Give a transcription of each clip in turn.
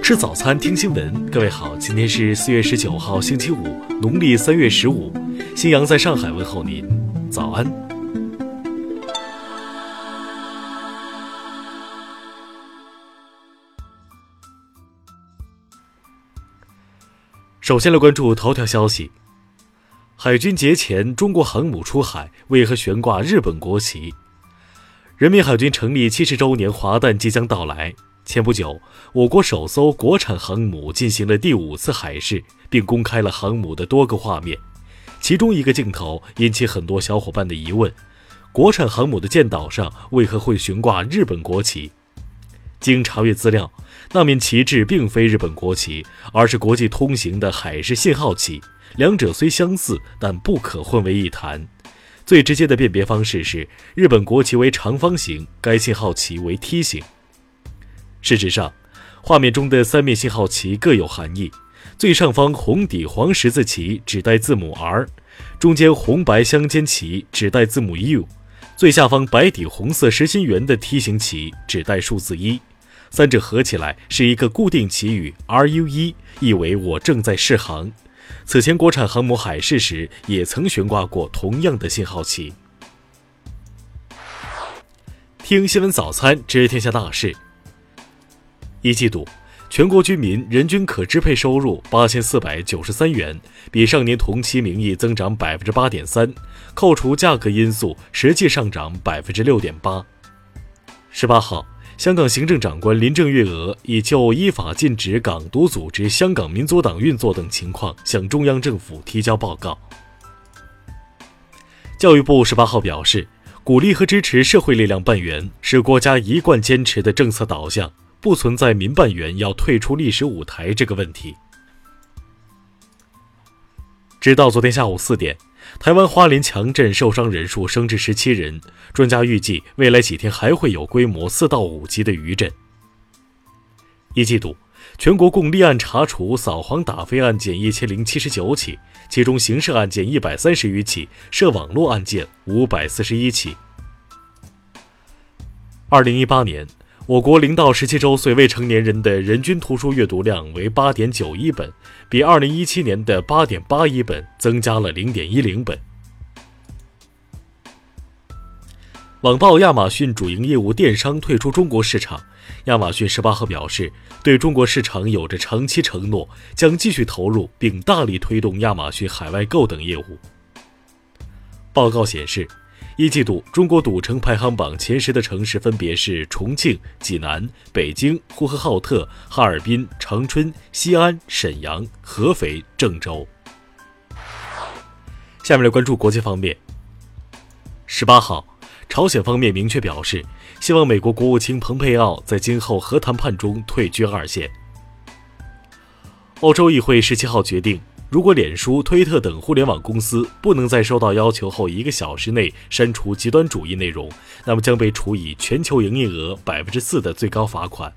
吃早餐，听新闻。各位好，今天是4月19号，星期五，农历3月15。新阳在上海问候您，早安。首先来关注头条消息。海军节前，中国航母出海，为何悬挂日本国旗？人民海军成立70周年华诞即将到来。前不久，我国首艘国产航母进行了第5次海试，并公开了航母的多个画面。其中一个镜头引起很多小伙伴的疑问：国产航母的舰岛上为何会悬挂日本国旗？经查阅资料，那面旗帜并非日本国旗，而是国际通行的海事信号旗，两者虽相似，但不可混为一谈。最直接的辨别方式是，日本国旗为长方形，该信号旗为梯形。事实上，画面中的3面信号旗各有含义。最上方红底黄十字旗指代字母 R， 中间红白相间旗指代字母 U， 最下方白底红色实心圆的梯形旗指代数字1。三者合起来是一个固定旗语 RU1， 意为我正在试航。此前国产航母海试时也曾悬挂过同样的信号旗。听新闻早餐，知天下大事。一季度，全国居民人均可支配收入8493元，比上年同期名义增长 8.3%， 扣除价格因素，实际上涨 6.8%。18号，香港行政长官林郑月娥已就依法禁止港独组织香港民族党运作等情况向中央政府提交报告。教育部18号表示，鼓励和支持社会力量办园是国家一贯坚持的政策导向，不存在民办园要退出历史舞台这个问题。直到昨天下午4点，台湾花莲强震受伤人数升至17人，专家预计未来几天还会有规模4到5级的余震。一季度，全国共立案查处扫黄打非案件1079起，其中刑事案件130余起，涉网络案件541起。2018年，我国0到17周岁未成年人的人均图书阅读量为 8.91 本，比2017年的 8.81 本增加了 0.10 本。网曝亚马逊主营业务电商退出中国市场，亚马逊18号表示，对中国市场有着长期承诺，将继续投入并大力推动亚马逊海外购等业务。报告显示，一季度中国赌城排行榜前10的城市分别是重庆、济南、北京、呼和浩特、哈尔滨、长春、西安、沈阳、合肥、郑州。下面来关注国际方面。18号，朝鲜方面明确表示，希望美国国务卿蓬佩奥在今后核谈判中退居二线。欧洲议会17号决定，如果脸书、推特等互联网公司不能在收到要求后1个小时内删除极端主义内容，那么将被处以全球营业额 4% 的最高罚款。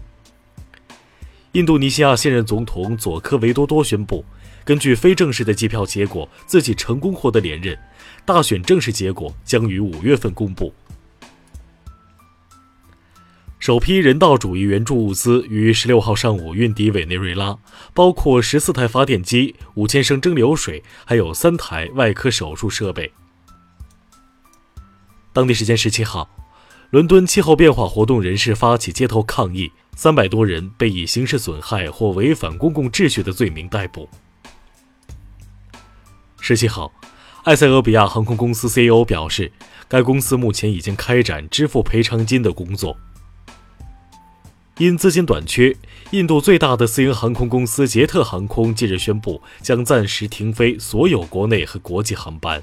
印度尼西亚现任总统佐科维多多宣布，根据非正式的计票结果，自己成功获得连任，大选正式结果将于5月份公布。首批人道主义援助物资于16号上午运抵委内瑞拉，包括14台发电机、5000升蒸馏水，还有3台外科手术设备。当地时间17号，伦敦气候变化活动人士发起街头抗议，300多人被以刑事损害或违反公共秩序的罪名逮捕。17号，埃塞俄比亚航空公司 CEO 表示，该公司目前已经开展支付赔偿金的工作。因资金短缺，印度最大的私营航空公司捷特航空近日宣布，将暂时停飞所有国内和国际航班。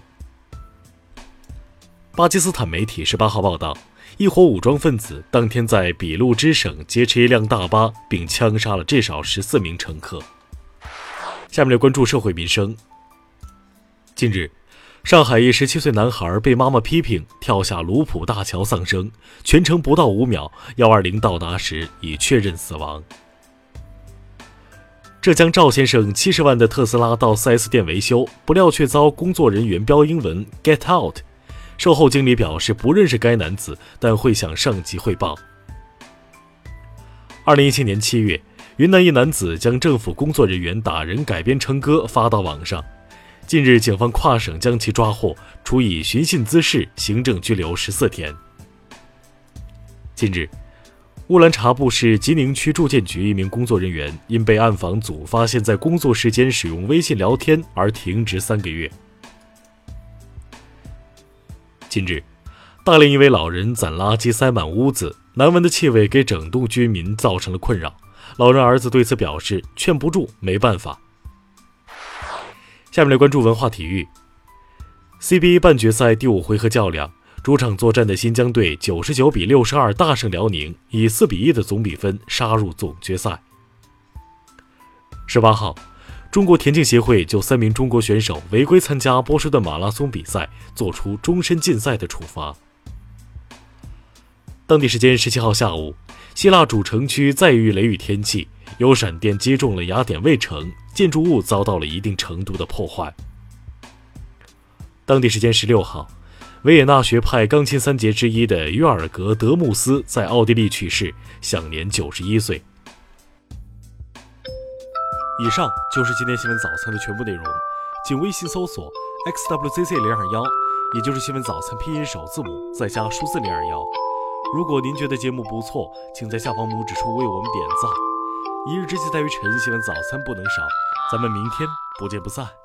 巴基斯坦媒体18号报道，一伙武装分子当天在俾路支省劫持一辆大巴，并枪杀了至少14名乘客。下面来关注社会民生。近日，上海一17岁男孩被妈妈批评跳下卢浦大桥丧生，全程不到5秒，120到达时已确认死亡。浙江赵先生70万的特斯拉到 4S 店维修，不料却遭工作人员标英文 Get out。售后经理表示不认识该男子，但会向上级汇报。2017年7月， 云南一男子将政府工作人员打人改编成歌发到网上，近日警方跨省将其抓获，处以寻衅滋事行政拘留14天。近日，乌兰察布市吉宁区住建局一名工作人员因被暗访组发现在工作时间使用微信聊天而停职3个月。近日，大连一位老人攒垃圾塞满屋子，难闻的气味给整栋居民造成了困扰。老人儿子对此表示劝不住，没办法。下面来关注文化体育。CBA 半决赛第5回合较量，主场作战的新疆队99比62大胜辽宁，以4比1的总比分杀入总决赛。18号，中国田径协会就3名中国选手违规参加波士顿马拉松比赛作出终身禁赛的处罚。当地时间17号下午，希腊主城区再遇雷雨天气，有闪电击中了雅典卫城，建筑物遭到了一定程度的破坏。当地时间16号，维也纳学派钢琴三杰之一的约尔格·德穆斯在奥地利去世，享年91岁。以上就是今天新闻早餐的全部内容，请微信搜索 xwzc021，也就是新闻早餐拼音首字母再加数字021。如果您觉得节目不错，请在下方拇指处为我们点赞。一日之计在于晨，新闻早餐不能少，咱们明天不见不散。